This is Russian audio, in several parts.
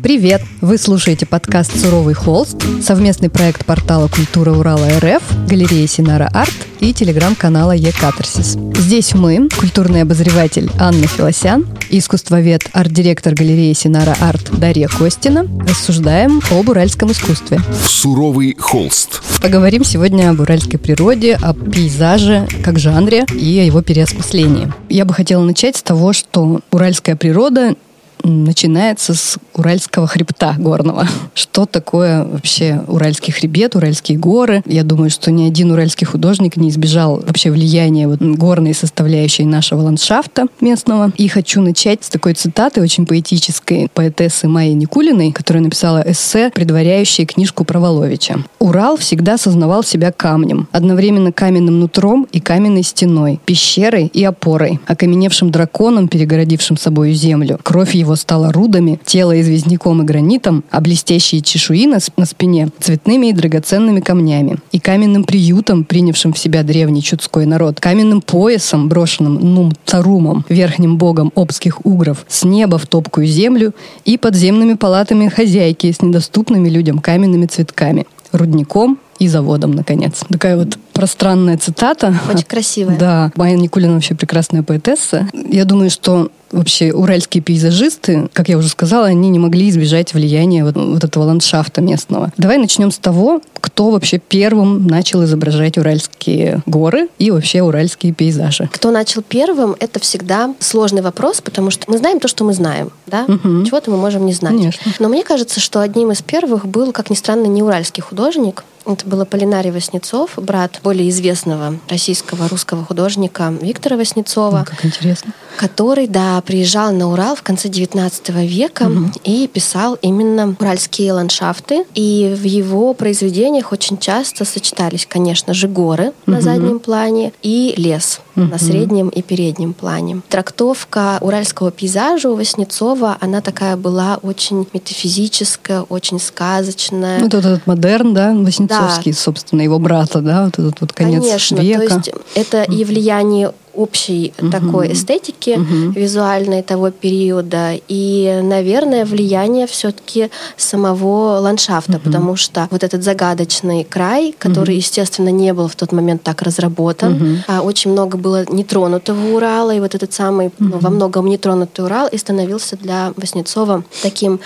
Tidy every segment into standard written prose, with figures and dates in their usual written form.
Привет! Вы слушаете подкаст «Суровый холст», совместный проект портала «Культура Урала РФ», галереи Синара Арт и телеграм-канала Е-Катарсис. Здесь мы, культурный обозреватель Анна Филосян и искусствовед, арт-директор галереи Синара Арт Дарья Костина, рассуждаем об уральском искусстве. «Суровый холст». Поговорим сегодня об уральской природе, о пейзаже как жанре и о его переосмыслении. Я бы хотела начать с того, что уральская природа начинается с уральского хребта горного. Что такое вообще уральский хребет, уральские горы? Я думаю, что ни один уральский художник не избежал вообще влияния горной составляющей нашего ландшафта местного. И хочу начать с такой цитаты очень поэтической поэтессы Майи Никулиной, которая написала эссе, предваряющее книжку про Воловича. «Урал всегда сознавал себя камнем, одновременно каменным нутром и каменной стеной, пещерой и опорой, окаменевшим драконом, перегородившим собою землю. Кровь его стала рудами, тело известняком и гранитом, а блестящие чешуи на спине цветными и драгоценными камнями, и каменным приютом, принявшим в себя древний чудской народ, каменным поясом, брошенным Нум-Тарумом, верхним богом обских угров, с неба в топкую землю и подземными палатами хозяйки с недоступными людям каменными цветками, рудником и заводом, наконец». Такая вот пространная цитата. Очень красивая. Да. Майя Никулина вообще прекрасная поэтесса. Я думаю, что вообще уральские пейзажисты, как я уже сказала, они не могли избежать влияния вот этого ландшафта местного. Давай начнем с того, кто вообще первым начал изображать уральские горы и вообще уральские пейзажи. Кто начал первым, это всегда сложный вопрос, потому что мы знаем то, что мы знаем, да? Чего-то мы можем не знать. Конечно. Но мне кажется, что одним из первых был, как ни странно, не уральский художник. Это был Аполлинарий Васнецов, брат более известного российского русского художника Виктора Васнецова. Как интересно. Который, приезжал на Урал в конце XIX века и писал именно уральские ландшафты. И в его произведениях очень часто сочетались, конечно же, горы на заднем плане и лес на среднем и переднем плане. Трактовка уральского пейзажа у Васнецова, она такая была очень метафизическая, очень сказочная. Вот этот модерн, да, Васнецовский, собственно, его брата, да, вот этот вот конец века. То есть это и влияние общей такой эстетики визуальной того периода и, наверное, влияние все-таки самого ландшафта, потому что вот этот загадочный край, который, естественно, не был в тот момент так разработан, очень много было нетронутого Урала, и вот этот самый во многом нетронутый Урал и становился для Васнецова таким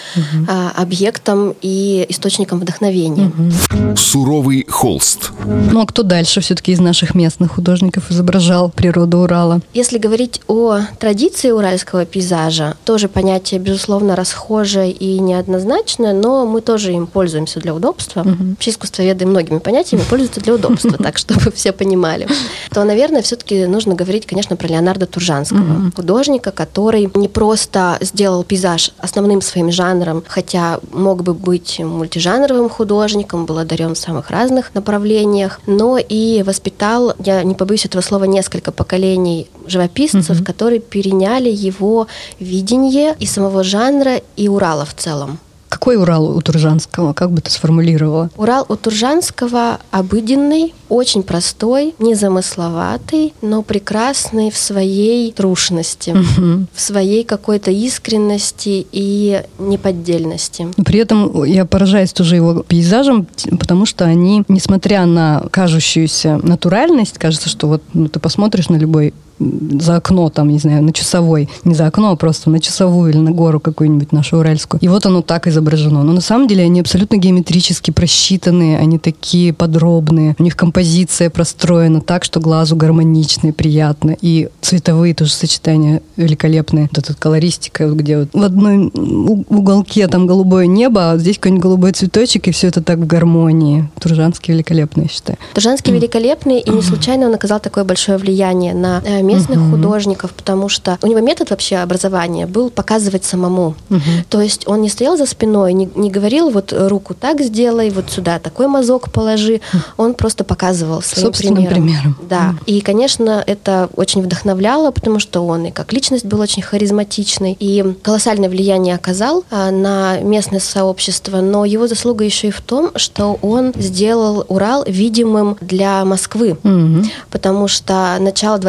объектом и источником вдохновения. «Суровый холст». Ну а кто дальше все-таки из наших местных художников изображал природу Урала? Если говорить о традиции уральского пейзажа, тоже понятие, безусловно, расхожее и неоднозначное, но мы тоже им пользуемся для удобства. Вообще искусствоведы многими понятиями пользуются для удобства, так, чтобы все понимали. То, наверное, все-таки нужно говорить, конечно, про Леонардо Туржанского, художника, который не просто сделал пейзаж основным своим жанром, хотя мог бы быть мультижанровым художником, был одарен в самых разных направлениях, но и воспитал, я не побоюсь этого слова, несколько поколений живописцев, которые переняли его видение и самого жанра, и Урала в целом. Какой Урал у Туржанского? Как бы ты сформулировала? Урал у Туржанского обыденный, очень простой, незамысловатый, но прекрасный в своей трушности, в своей какой-то искренности и неподдельности. При этом я поражаюсь тоже его пейзажем, потому что они, несмотря на кажущуюся натуральность, кажется, что вот ты посмотришь на любой за окно, там, не знаю, на Часовой, не за окно, а просто на Часовую или на гору какую-нибудь нашу уральскую. И вот оно так изображено. Но на самом деле они абсолютно геометрически просчитанные, они такие подробные. У них композиция простроена так, что глазу гармонично и приятно. И цветовые тоже сочетания великолепные. Вот эта колористика, где вот в одной уголке там голубое небо, а здесь какой-нибудь голубой цветочек, и все это так в гармонии. Туржанский великолепный, я считаю. Туржанский великолепный, и не случайно он оказал такое большое влияние на местных художников, потому что у него метод вообще образования был показывать самому. То есть он не стоял за спиной, не говорил, вот руку так сделай, вот сюда такой мазок положи. Он просто показывал своим примером. Да. И, конечно, это очень вдохновляло, потому что он и как личность был очень харизматичный, и колоссальное влияние оказал на местное сообщество, но его заслуга еще и в том, что он сделал Урал видимым для Москвы, потому что начало 20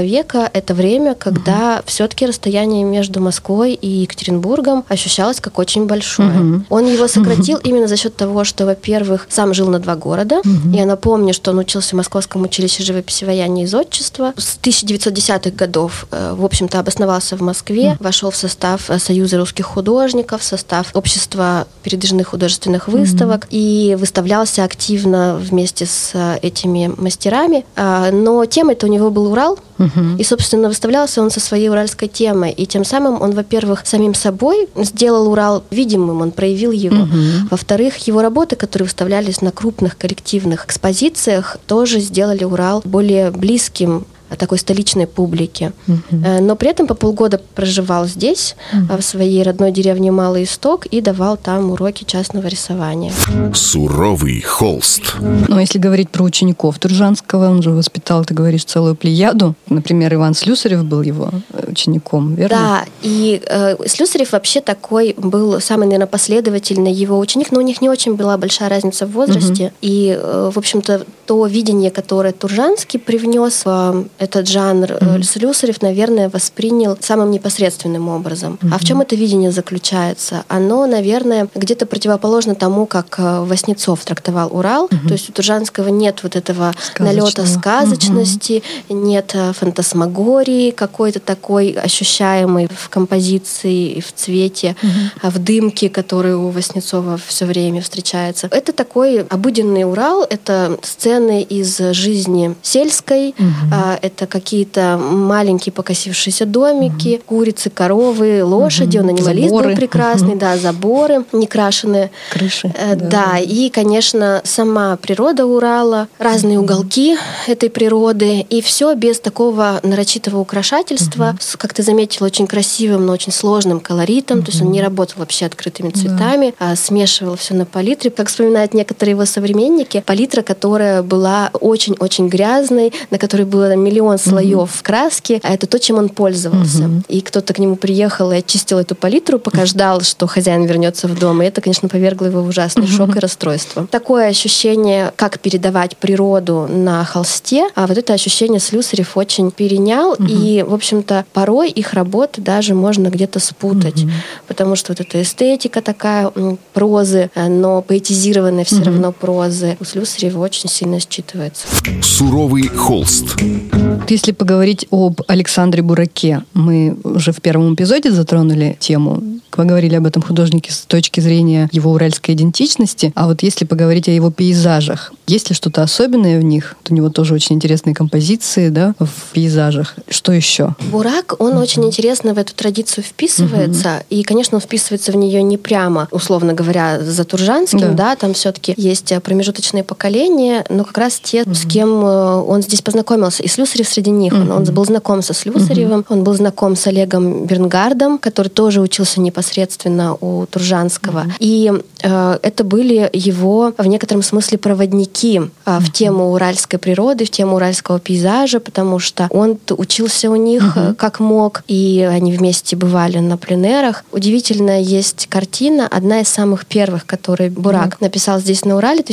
века — это время, когда все-таки расстояние между Москвой и Екатеринбургом ощущалось как очень большое. Он его сократил именно за счет того, что, во-первых, сам жил на 2 города. Я напомню, что он учился в Московском училище живописи, ваяния и зодчества. С 1910-х годов, в общем-то, обосновался в Москве, вошел в состав Союза русских художников, в состав Общества передвижных художественных выставок и выставлялся активно вместе с этими мастерами. Но темой-то у него был Урал, и, собственно, выставлялся он со своей уральской темой. И тем самым он, во-первых, самим собой сделал Урал видимым, он проявил его. Во-вторых, его работы, которые выставлялись на крупных коллективных экспозициях, тоже сделали Урал более близким такой столичной публике. Но при этом по полгода проживал здесь, в своей родной деревне Малый Исток, и давал там уроки частного рисования. Суровый холст. Но если говорить про учеников Туржанского, он же воспитал, ты говоришь, целую плеяду. Например, Иван Слюсарев был его учеником, верно? Да, и Слюсарев вообще такой был самый, наверное, последовательный его ученик, но у них не очень была большая разница в возрасте. И, в общем-то, то видение, которое Туржанский привнес в этот жанр, Слюсарев, наверное, воспринял самым непосредственным образом. А в чем это видение заключается? Оно, наверное, где-то противоположно тому, как Васнецов трактовал Урал. То есть у Туржанского нет вот этого налета сказочности, нет фантасмагории какой-то такой ощущаемой в композиции, в цвете, в дымке, который у Васнецова все время встречается. Это такой обыденный Урал, это сцены из жизни сельской, это какие-то маленькие покосившиеся домики, курицы, коровы, лошади, он анималист был прекрасный, да, заборы некрашенные. Крыши. Да, и, конечно, сама природа Урала, разные уголки этой природы, и все без такого нарочитого украшательства, с, как ты заметила, очень красивым, но очень сложным колоритом, то есть он не работал вообще открытыми цветами, а смешивал все на палитре. Как вспоминают некоторые его современники, палитра, которая была очень-очень грязной, на которой было миллион слоев краски, а это то, чем он пользовался. И кто-то к нему приехал и очистил эту палитру, пока ждал, что хозяин вернется в дом, и это, конечно, повергло его в ужасный шок и расстройство. Такое ощущение, как передавать природу на холсте, а вот это ощущение Слюсарев очень перенял, и, в общем-то, порой их работы даже можно где-то спутать, потому что вот эта эстетика такая прозы, но поэтизированная все равно прозы, у Слюсарева очень сильно считывается. Суровый холст. Если поговорить об Александре Бураке, мы уже в первом эпизоде затронули тему, поговорили об этом художнике с точки зрения его уральской идентичности, а вот если поговорить о его пейзажах, есть ли что-то особенное в них? У него тоже очень интересные композиции, да, в пейзажах. Что еще? Бурак, он очень интересно в эту традицию вписывается, и, конечно, он вписывается в нее не прямо, условно говоря, за Туржанским, да, там все-таки есть промежуточные поколения, но как раз те, с кем он здесь познакомился, и Слюсарев среди них. Он был знаком со Слюсаревым, он был знаком с Олегом Бернгардом, который тоже учился непосредственно у Туржанского. И это были его, в некотором смысле, проводники в тему уральской природы, в тему уральского пейзажа, потому что он учился у них как мог, и они вместе бывали на пленэрах. Удивительная есть картина, одна из самых первых, которую Бурак написал здесь на Урале,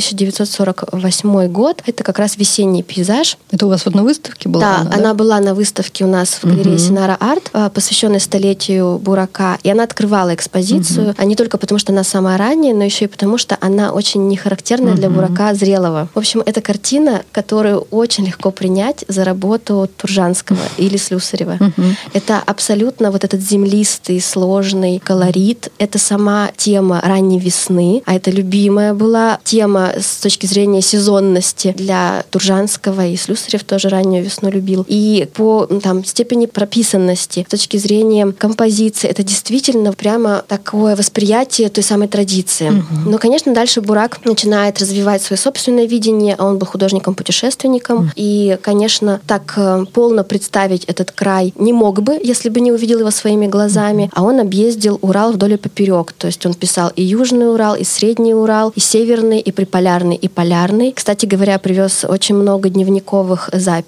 1948 год. Это как раз весенний пейзаж. Это у вас вот на выставке была? Да, она была на выставке у нас в галерее Синара Арт, посвященной столетию Бурака. И она открывала экспозицию, а не только потому, что она самая ранняя, но еще и потому, что она очень не характерная для Бурака зрелого. В общем, это картина, которую очень легко принять за работу Туржанского или Слюсарева. Это абсолютно вот этот землистый, сложный колорит. Это сама тема ранней весны, а это любимая была тема с точки зрения сезонности для Туржанского, и Слюсарев тоже раннюю весну любил. И по степени прописанности, с точки зрения композиции, это действительно прямо такое восприятие той самой традиции. Но, конечно, дальше Бурак начинает развивать свое собственное видение, а он был художником-путешественником. И, конечно, так полно представить этот край не мог бы, если бы не увидел его своими глазами. А он объездил Урал вдоль и поперек. То есть он писал и Южный Урал, и Средний Урал, и Северный, и Приполярный, и Полярный. Кстати говоря, привез очень много дневниковых записей из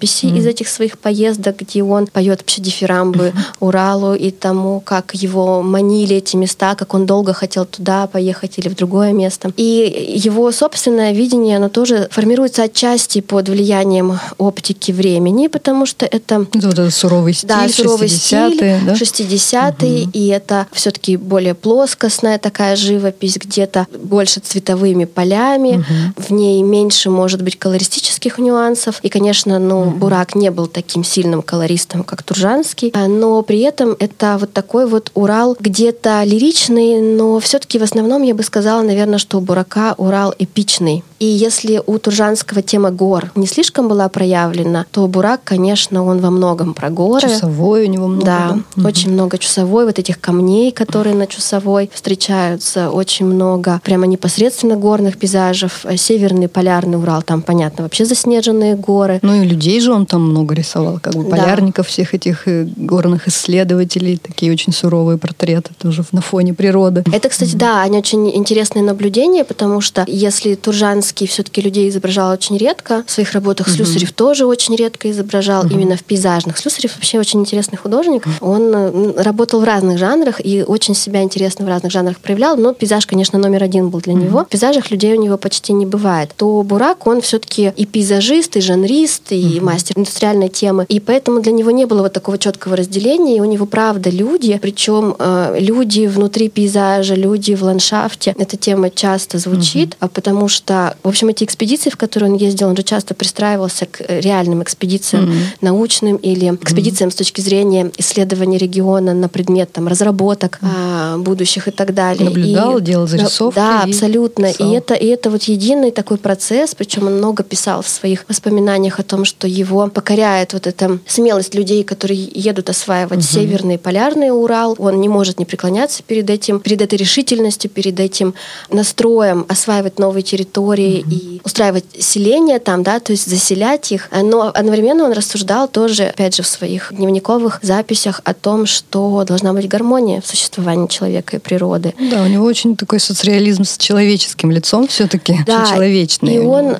из этих своих поездок, где он поет вообще дифирамбы Уралу и тому, как его манили эти места, как он долго хотел туда поехать или в другое место. И его собственное видение, оно тоже формируется отчасти под влиянием оптики времени, потому что это... Это суровый стиль, да, суровый 60-е, стиль, 60-е, и это все-таки более плоскостная такая живопись, где-то больше цветовыми полями, в ней меньше, может быть, колористических нюансов. И, конечно, Бурак не был таким сильным колористом, как Туржанский, но при этом это вот такой вот Урал где-то лиричный, но все-таки в основном я бы сказала, наверное, что у Бурака Урал эпичный. И если у Туржанского тема гор не слишком была проявлена, то Бурак, конечно, он во многом про горы. Чусовой у него много. Да, очень много Чусовой, вот этих камней, которые на Чусовой встречаются, очень много прямо непосредственно горных пейзажев. Северный полярный Урал, там, понятно, вообще заснеженные горы. Ну и людей же он там много рисовал, как бы полярников, всех этих горных исследователей, такие очень суровые портреты тоже на фоне природы. Это, кстати, да, они очень интересные наблюдения, потому что если Туржанский все-таки людей изображал очень редко, в своих работах Слюсарев тоже очень редко изображал, именно в пейзажных. Слюсарев вообще очень интересный художник. Он работал в разных жанрах и очень себя интересно в разных жанрах проявлял, но пейзаж, конечно, номер один был для него. В пейзажах людей у него почти не бывает. То Бурак, он все-таки и пейзажист, и жанрист, и мастер индустриальной темы, и поэтому для него не было вот такого четкого разделения, и у него, правда, люди, причем люди внутри пейзажа, люди в ландшафте. Эта тема часто звучит, потому что, в общем, эти экспедиции, в которые он ездил, он же часто пристраивался к реальным экспедициям научным или экспедициям с точки зрения исследования региона на предмет там, разработок будущих и так далее. Наблюдал, делал зарисовки. Да, абсолютно. Писал. И это вот единый такой процесс, причем он много писал в своих воспоминаниях о том, что его покоряет вот эта смелость людей, которые едут осваивать северный полярный Урал. Он не может не преклоняться перед этим, перед этой решительностью, перед этим настроем осваивать новые территории и устраивать селения там, да, то есть заселять их. Но одновременно он рассуждал тоже, опять же, в своих дневниковых записях о том, что должна быть гармония в существовании человека и природы. Да, у него очень такой соцреализм с человеческим лицом все-таки, да, очень человечный.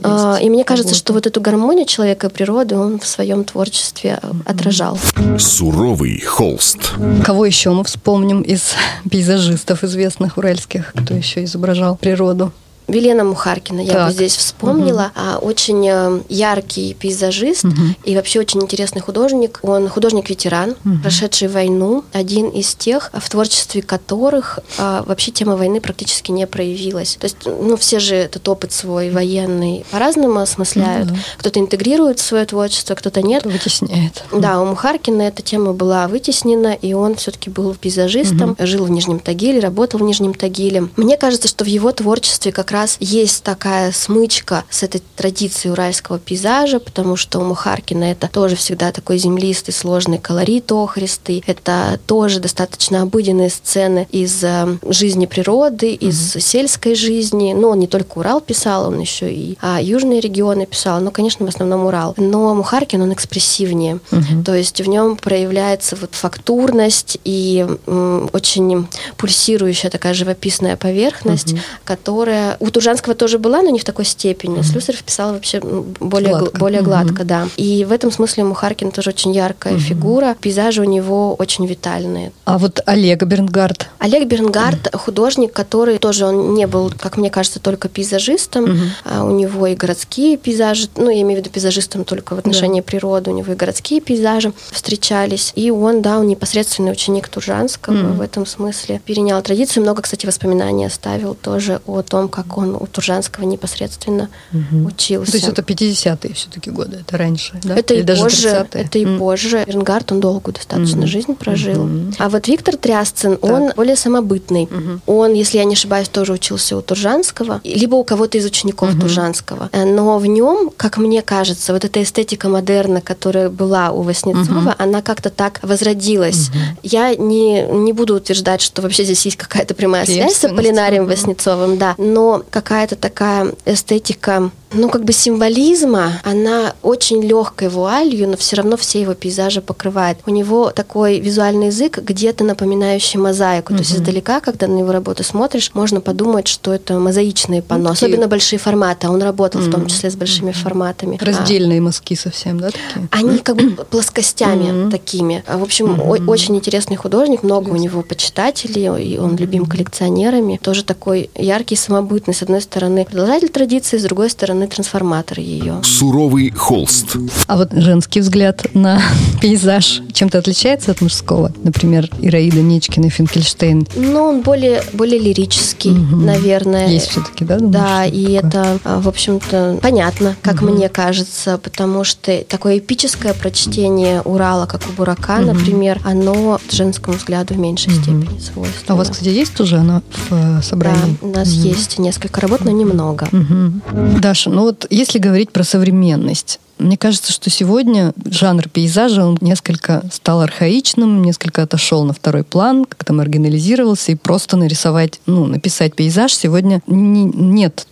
И мне кажется, что вот эту гармонию человека и природы он в своем творчестве отражал. Суровый холст. Кого еще мы вспомним из пейзажистов известных уральских, кто еще изображал природу? Велена Мухаркина я бы здесь вспомнила. Очень яркий пейзажист и вообще очень интересный художник. Он художник-ветеран, прошедший войну, один из тех, в творчестве которых вообще тема войны практически не проявилась. То есть, все же этот опыт свой военный по-разному осмысляют. Кто-то интегрирует в свое творчество, кто-то нет. Кто вытесняет. Да, у Мухаркина эта тема была вытеснена, и он все-таки был пейзажистом, жил в Нижнем Тагиле, работал в Нижнем Тагиле. Мне кажется, что в его творчестве как раз есть такая смычка с этой традицией уральского пейзажа, потому что у Мухаркина это тоже всегда такой землистый, сложный колорит охристый. Это тоже достаточно обыденные сцены из жизни природы, из сельской жизни. Но он не только Урал писал, он еще и южные регионы писал, но, конечно, в основном Урал. Но Мухаркин, он экспрессивнее. То есть в нем проявляется вот фактурность и очень пульсирующая такая живописная поверхность, которая у Туржанского тоже была, но не в такой степени. Слюсарев писал вообще более гладко, да. И в этом смысле Мухаркин тоже очень яркая фигура. Пейзажи у него очень витальные. А вот Олег Бернгард? Олег Бернгард художник, который тоже он не был, как мне кажется, только пейзажистом. У него и городские пейзажи, я имею в виду пейзажистом только в отношении природы, у него и городские пейзажи встречались. И он непосредственный ученик Туржанского в этом смысле. Перенял традицию. Много, кстати, воспоминаний оставил тоже о том, как он у Туржанского непосредственно учился. То есть это 50-е все-таки годы, это раньше, да? Это или и даже позже. 30-е? Это и позже. Бернгард, он долгую достаточно жизнь прожил. А вот Виктор Трясцин, он более самобытный. Он, если я не ошибаюсь, тоже учился у Туржанского, либо у кого-то из учеников Туржанского. Но в нем, как мне кажется, вот эта эстетика модерна, которая была у Васнецова, она как-то так возродилась. Я не буду утверждать, что вообще здесь есть какая-то прямая связь с Аполлинарием Васнецовым, да, но какая-то такая эстетика символизма, она очень легкой вуалью, но все равно все его пейзажи покрывает. У него такой визуальный язык, где-то напоминающий мозаику. То есть издалека, когда на его работу смотришь, можно подумать, что это мозаичные панно, особенно большие форматы. А он работал в том числе с большими форматами. Раздельные мазки совсем, да, такие? Они как бы плоскостями такими. В общем, очень интересный художник, много у него почитателей, и он любим коллекционерами. Тоже такой яркий, самобытный. С одной стороны, продолжатель традиции, с другой стороны, трансформатор ее. Суровый холст. А вот женский взгляд на пейзаж чем-то отличается от мужского? Например, Ираида Нечкина, Финкельштейн. Он более лирический, наверное. Есть все-таки, да? Думаешь, да, и это, в общем-то, понятно, как мне кажется, потому что такое эпическое прочтение Урала, как у Бурака, например, оно женскому взгляду в меньшей степени свойственно. А у вас, кстати, есть тоже она в собрании? Да, у нас есть несколько работ, но немного. Даша, если говорить про современность, мне кажется, что сегодня жанр пейзажа, он несколько стал архаичным, несколько отошел на второй план, как-то маргинализировался, и просто написать пейзаж сегодня нет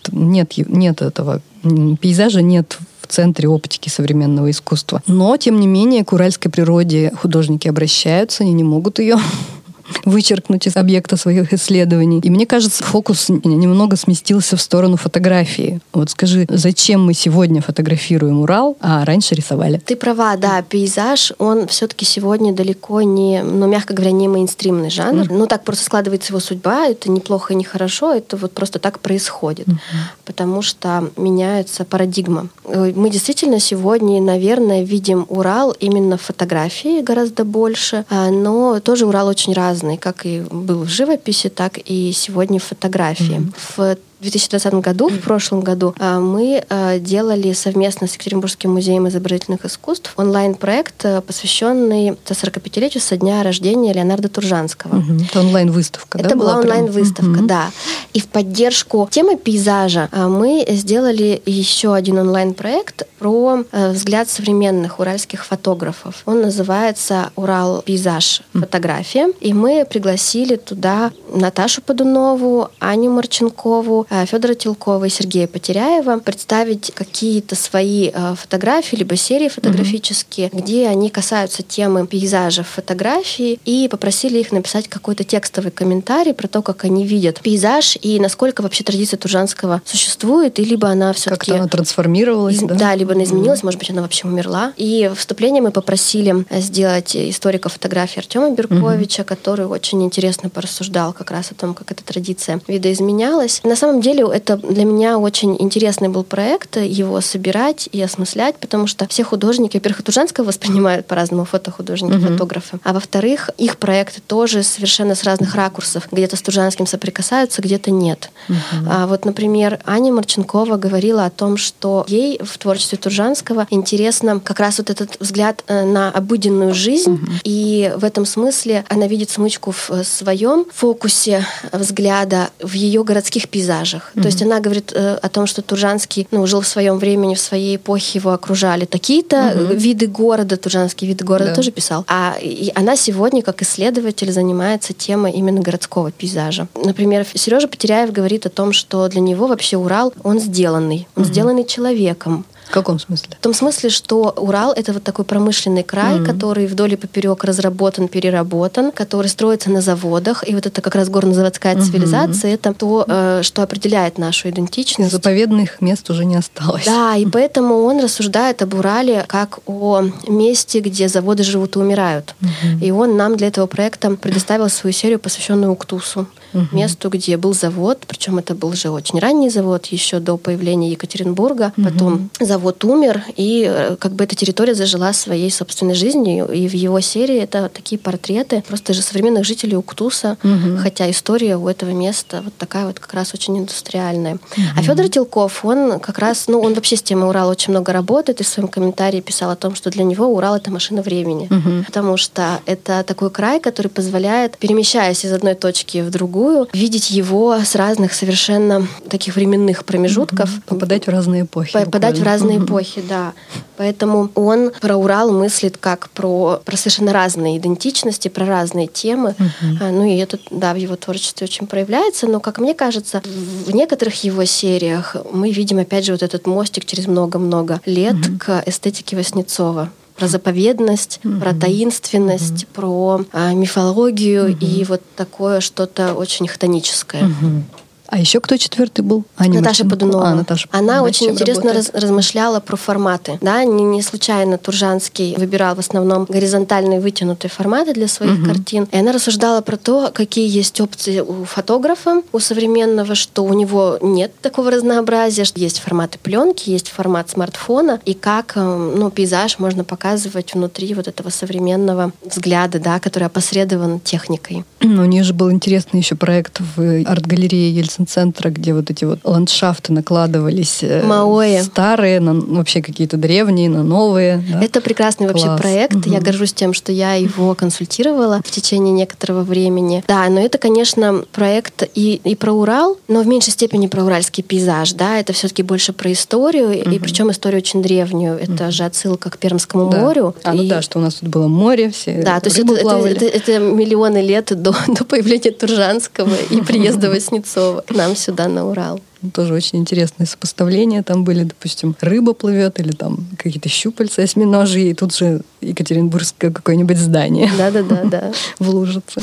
этого. Пейзажа нет в центре оптики современного искусства. Но, тем не менее, к уральской природе художники обращаются, они не могут ее вычеркнуть из объекта своих исследований. И мне кажется, фокус немного сместился в сторону фотографии. Вот скажи, зачем мы сегодня фотографируем Урал, а раньше рисовали? Ты права, да, пейзаж, он все-таки сегодня далеко не, мягко говоря, не мейнстримный жанр. Так просто складывается его судьба, это неплохо и не хорошо, это вот просто так происходит. Потому что меняется парадигма. Мы действительно сегодня, наверное, видим Урал именно в фотографии гораздо больше, но тоже Урал очень разный, как и был в живописи, так и сегодня в фотографии. В 2020 году, в прошлом году, мы делали совместно с Екатеринбургским музеем изобразительных искусств онлайн-проект, посвященный 45-летию со дня рождения Леонардо Туржанского. Это онлайн-выставка, да? Это была онлайн-выставка, да. И в поддержку темы пейзажа мы сделали еще один онлайн-проект про взгляд современных уральских фотографов. Он называется «Урал. Пейзаж. Фотография». И мы пригласили туда Наташу Подунову, Аню Марченкову, Федора Телкова и Сергея Потеряева представить какие-то свои фотографии, либо серии фотографические, где они касаются темы пейзажа в фотографии, и попросили их написать какой-то текстовый комментарий про то, как они видят пейзаж и насколько вообще традиция Туржанского существует, и либо она все-таки... Как-то она трансформировалась, да? Да, либо она изменилась, может быть, она вообще умерла. И в вступлении мы попросили сделать историка фотографии Артема Берковича, который очень интересно порассуждал как раз о том, как эта традиция видоизменялась. На самом деле, это для меня очень интересный был проект, его собирать и осмыслять, потому что все художники, во-первых, Туржанского воспринимают по-разному, фотохудожники, фотографы, а во-вторых, их проекты тоже совершенно с разных ракурсов. Где-то с Туржанским соприкасаются, где-то нет. А вот, например, Аня Марченкова говорила о том, что ей в творчестве Туржанского интересно как раз вот этот взгляд на обыденную жизнь, и в этом смысле она видит смычку в своем фокусе взгляда в ее городских пейзажах. То есть она говорит о том, что Туржанский жил в своем времени, в своей эпохе его окружали такие-то виды города, Туржанский виды города тоже писал. И она сегодня, как исследователь, занимается темой именно городского пейзажа. Например, Сережа Потеряев говорит о том, что для него вообще Урал, он сделанный человеком. В каком смысле? В том смысле, что Урал — это вот такой промышленный край, который вдоль и поперек разработан, переработан, который строится на заводах. И вот это как раз горно-заводская цивилизация — это то, что определяет нашу идентичность. Заповедных мест уже не осталось. Да, и поэтому он рассуждает об Урале как о месте, где заводы живут и умирают. И он нам для этого проекта предоставил свою серию, посвященную Уктусу, месту, где был завод, причем это был же очень ранний завод, еще до появления Екатеринбурга. Потом завод умер, и как бы эта территория зажила своей собственной жизнью. И в его серии это такие портреты просто же современных жителей Уктуса, хотя история у этого места вот такая вот как раз очень индустриальная. А Федор Телков, он как раз, он вообще с темой Урала очень много работает, и в своем комментарии писал о том, что для него Урал — это машина времени. Потому что это такой край, который позволяет, перемещаясь из одной точки в другую, видеть его с разных совершенно таких временных промежутков. Попадать в разные эпохи. Попадать в разные разные эпохи, да. Поэтому он про Урал мыслит как про совершенно разные идентичности, про разные темы. Ну и это, да, в его творчестве очень проявляется. Но, как мне кажется, в некоторых его сериях мы видим, опять же, вот этот мостик через много-много лет к эстетике Васнецова. Про заповедность, про таинственность, про мифологию и вот такое что-то очень хтоническое. А еще кто четвертый был? Наташа Подунова. Наташа Она очень интересно размышляла про форматы. Да? Не случайно Туржанский выбирал в основном горизонтальные вытянутые форматы для своих картин. И она рассуждала про то, какие есть опции у фотографа, у современного, что у него нет такого разнообразия, что есть форматы пленки, есть формат смартфона, и как пейзаж можно показывать внутри вот этого современного взгляда, да, который опосредован техникой. У нее же был интересный еще проект в арт-галерее Ельцин-центра, где вот эти вот ландшафты накладывались старые, вообще какие-то древние, на новые. Да? Это прекрасный вообще проект. Я горжусь тем, что я его консультировала в течение некоторого времени. Да, но это, конечно, проект и про Урал, но в меньшей степени про уральский пейзаж. Да, это все-таки больше про историю, и причем историю очень древнюю. Это же отсылка к Пермскому морю. Что у нас тут было море, все да, то есть это миллионы лет до появления Туржанского и приезда Васнецова к нам сюда, на Урал. Тоже очень интересные сопоставления. Там были, допустим, рыба плывет или там какие-то щупальца осьминожьи, и тут же екатеринбургское какое-нибудь здание. Да. В Лужице.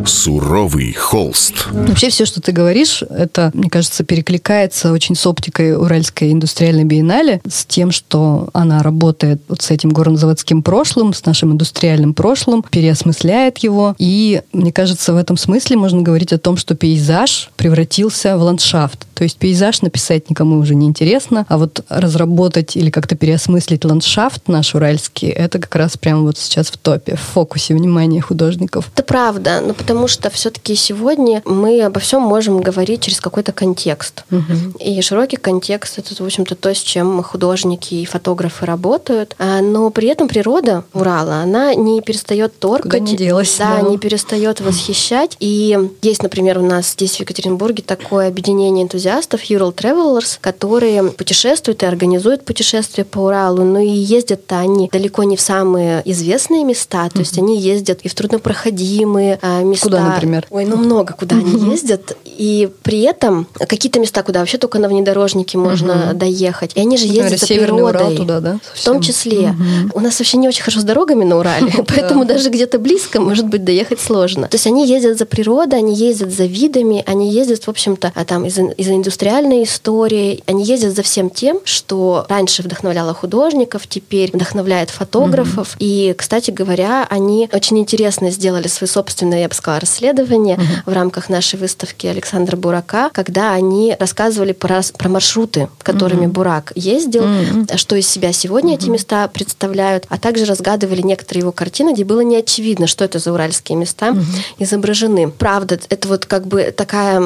Суровый холст. Вообще все, что ты говоришь, это, мне кажется, перекликается очень с оптикой Уральской индустриальной биеннале, с тем, что она работает вот с этим горнозаводским прошлым, с нашим индустриальным прошлым, переосмысляет его. И, мне кажется, в этом смысле можно говорить о том, что пейзаж превратился в ландшафт. То есть пейзаж написать никому уже не интересно, а вот разработать или как-то переосмыслить ландшафт наш уральский, это как раз прямо вот сейчас в топе, в фокусе внимания художников. Это правда, но потому что все-таки сегодня мы обо всем можем говорить через какой-то контекст. И широкий контекст — это, в общем-то, то, с чем художники и фотографы работают. Но при этом природа Урала, она не перестает торкать. Куда не делась. Да, не перестает восхищать. И есть, например, у нас здесь в Екатеринбурге такое объединение энтузиастов Ural Travelers, которые путешествуют и организуют путешествия по Уралу. Но и ездят-то они далеко не в самые известные места. То есть они ездят и в труднопроходимые места. Куда, например? Много куда они ездят. И при этом какие-то места, куда вообще только на внедорожнике можно доехать. И они же ездят за природой. Урал туда, да? В том числе. У нас вообще не очень хорошо с дорогами на Урале, поэтому даже где-то близко, может быть, доехать сложно. То есть они ездят за природой, они ездят за видами, они ездят, в общем-то, там из-за индустриальной истории, они ездят за всем тем, что раньше вдохновляло художников, теперь вдохновляет фотографов. И, кстати говоря, они очень интересно сделали свое собственное, я бы сказала, расследование в рамках нашей выставки Александра Бурака, когда они рассказывали про маршруты, которыми Бурак ездил, что из себя сегодня эти места представляют, а также разгадывали некоторые его картины, где было неочевидно, что это за уральские места изображены. Правда, это вот как бы такая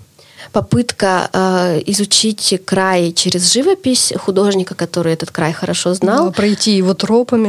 попытка изучить край через живопись художника, который этот край хорошо знал. Да, пройти его тропами.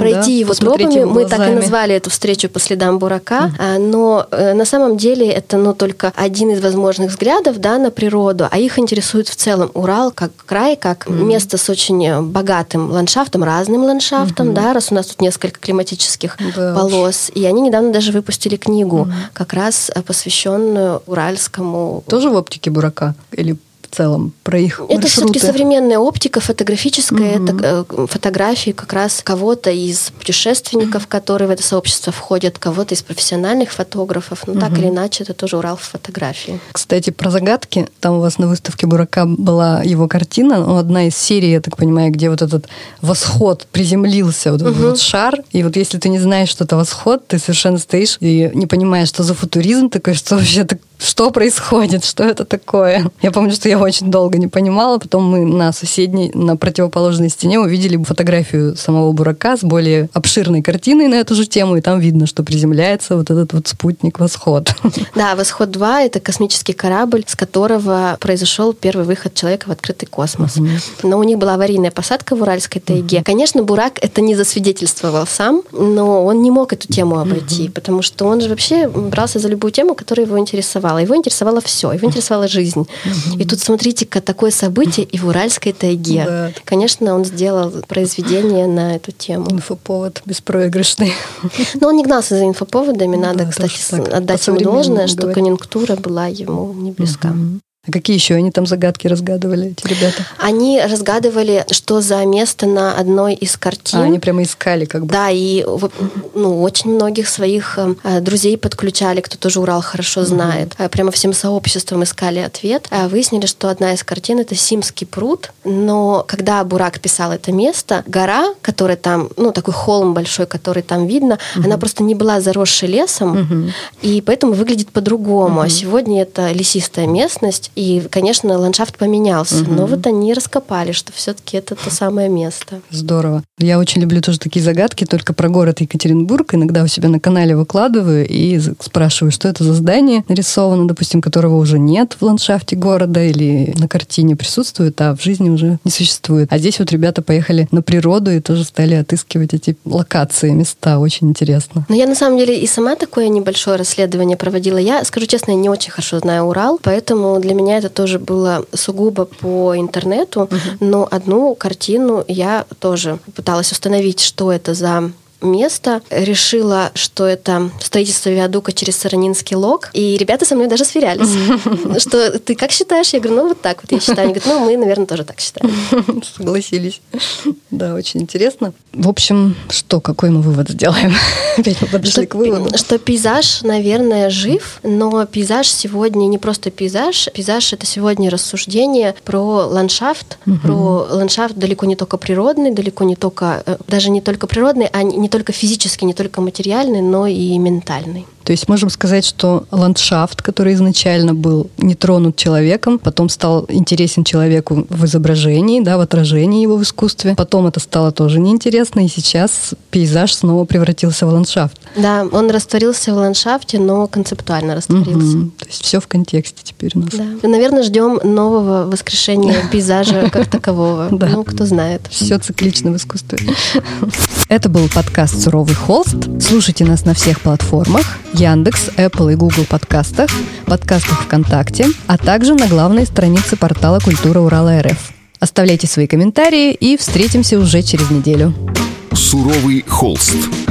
Мы так и назвали эту встречу по следам Бурака. Но на самом деле это только один из возможных взглядов, да, на природу, а их интересует в целом Урал как край, как место с очень богатым ландшафтом, разным ландшафтом, да, раз у нас тут несколько климатических полос. И они недавно даже выпустили книгу, как раз посвященную уральскому. Тоже в оптике Бурака? Или в целом про их маршруты? Это все-таки современная оптика, фотографическая, это фотографии как раз кого-то из путешественников, которые в это сообщество входят, кого-то из профессиональных фотографов. Но так или иначе, это тоже Урал в фотографии. Кстати, про загадки. Там у вас на выставке Бурака была его картина, одна из серий, я так понимаю, где вот этот восход приземлился, вот этот вот шар. И вот если ты не знаешь, что это восход, ты совершенно стоишь и не понимаешь, что за футуризм такой, что вообще что происходит, что это такое. Я помню, что я очень долго не понимала, потом мы на противоположной стене увидели фотографию самого Бурака с более обширной картиной на эту же тему, и там видно, что приземляется вот этот вот спутник «Восход». Да, «Восход-2» — это космический корабль, с которого произошел первый выход человека в открытый космос. Но у них была аварийная посадка в Уральской тайге. Конечно, Бурак это не засвидетельствовал сам, но он не мог эту тему обойти, потому что он же вообще брался за любую тему, которая его интересовала. интересовало. Его интересовало все, его интересовала жизнь. И тут, смотрите-ка, такое событие и в Уральской тайге. Да. Конечно, он сделал произведение на эту тему. Инфоповод беспроигрышный. Но он не гнался за инфоповодами. Надо, Да, кстати, так, отдать ему должное, что говорить. конъюнктура была ему не близка. А какие еще они там загадки разгадывали, эти ребята? Они разгадывали, что за место на одной из картин. Они прямо искали как бы. Да, и очень многих своих друзей подключали, кто тоже Урал хорошо знает. Прямо всем сообществом искали ответ. Выяснили, что одна из картин — это Симский пруд. Но когда Бурак писал это место, гора, которая там, такой холм большой, который там видно, она просто не была заросшей лесом, и поэтому выглядит по-другому. А сегодня это лесистая местность, и, конечно, ландшафт поменялся. Но вот они раскопали, что все-таки это то самое место. Здорово. Я очень люблю тоже такие загадки, только про город Екатеринбург. Иногда у себя на канале выкладываю и спрашиваю, что это за здание нарисовано, допустим, которого уже нет в ландшафте города или на картине присутствует, а в жизни уже не существует. А здесь вот ребята поехали на природу и тоже стали отыскивать эти локации, места. Очень интересно. Но я, на самом деле, и сама такое небольшое расследование проводила. Я, скажу честно, я не очень хорошо знаю Урал, поэтому для меня это тоже было сугубо по интернету, но одну картину я тоже пыталась установить, что это за место. Решила, что это строительство виадука через Саранинский лог. И ребята со мной даже сверялись. Что ты как считаешь? Я говорю, вот так вот я считаю. Они говорят, мы, наверное, тоже так считаем. Согласились. Да, очень интересно. В общем, какой мы вывод сделаем? Опять мы подошли к выводу. Что пейзаж, наверное, жив, но пейзаж сегодня не просто пейзаж. Пейзаж — это сегодня рассуждение про ландшафт. Про ландшафт далеко не только природный, далеко не только, даже не только природный, а не только физический, не только материальный, но и ментальный. То есть можем сказать, что ландшафт, который изначально был не тронут человеком, потом стал интересен человеку в изображении, в отражении его в искусстве. Потом это стало тоже неинтересно, и сейчас пейзаж снова превратился в ландшафт. Да, он растворился в ландшафте, но концептуально растворился. То есть все в контексте теперь у нас. Да. Наверное, ждем нового воскрешения пейзажа как такового. Кто знает. Все циклично в искусстве. Это был подкаст «Суровый холст». Слушайте нас на всех платформах: Яндекс, Apple и Google подкастах ВКонтакте, а также на главной странице портала «Культура Урала.РФ». Оставляйте свои комментарии и встретимся уже через неделю. «Суровый холст».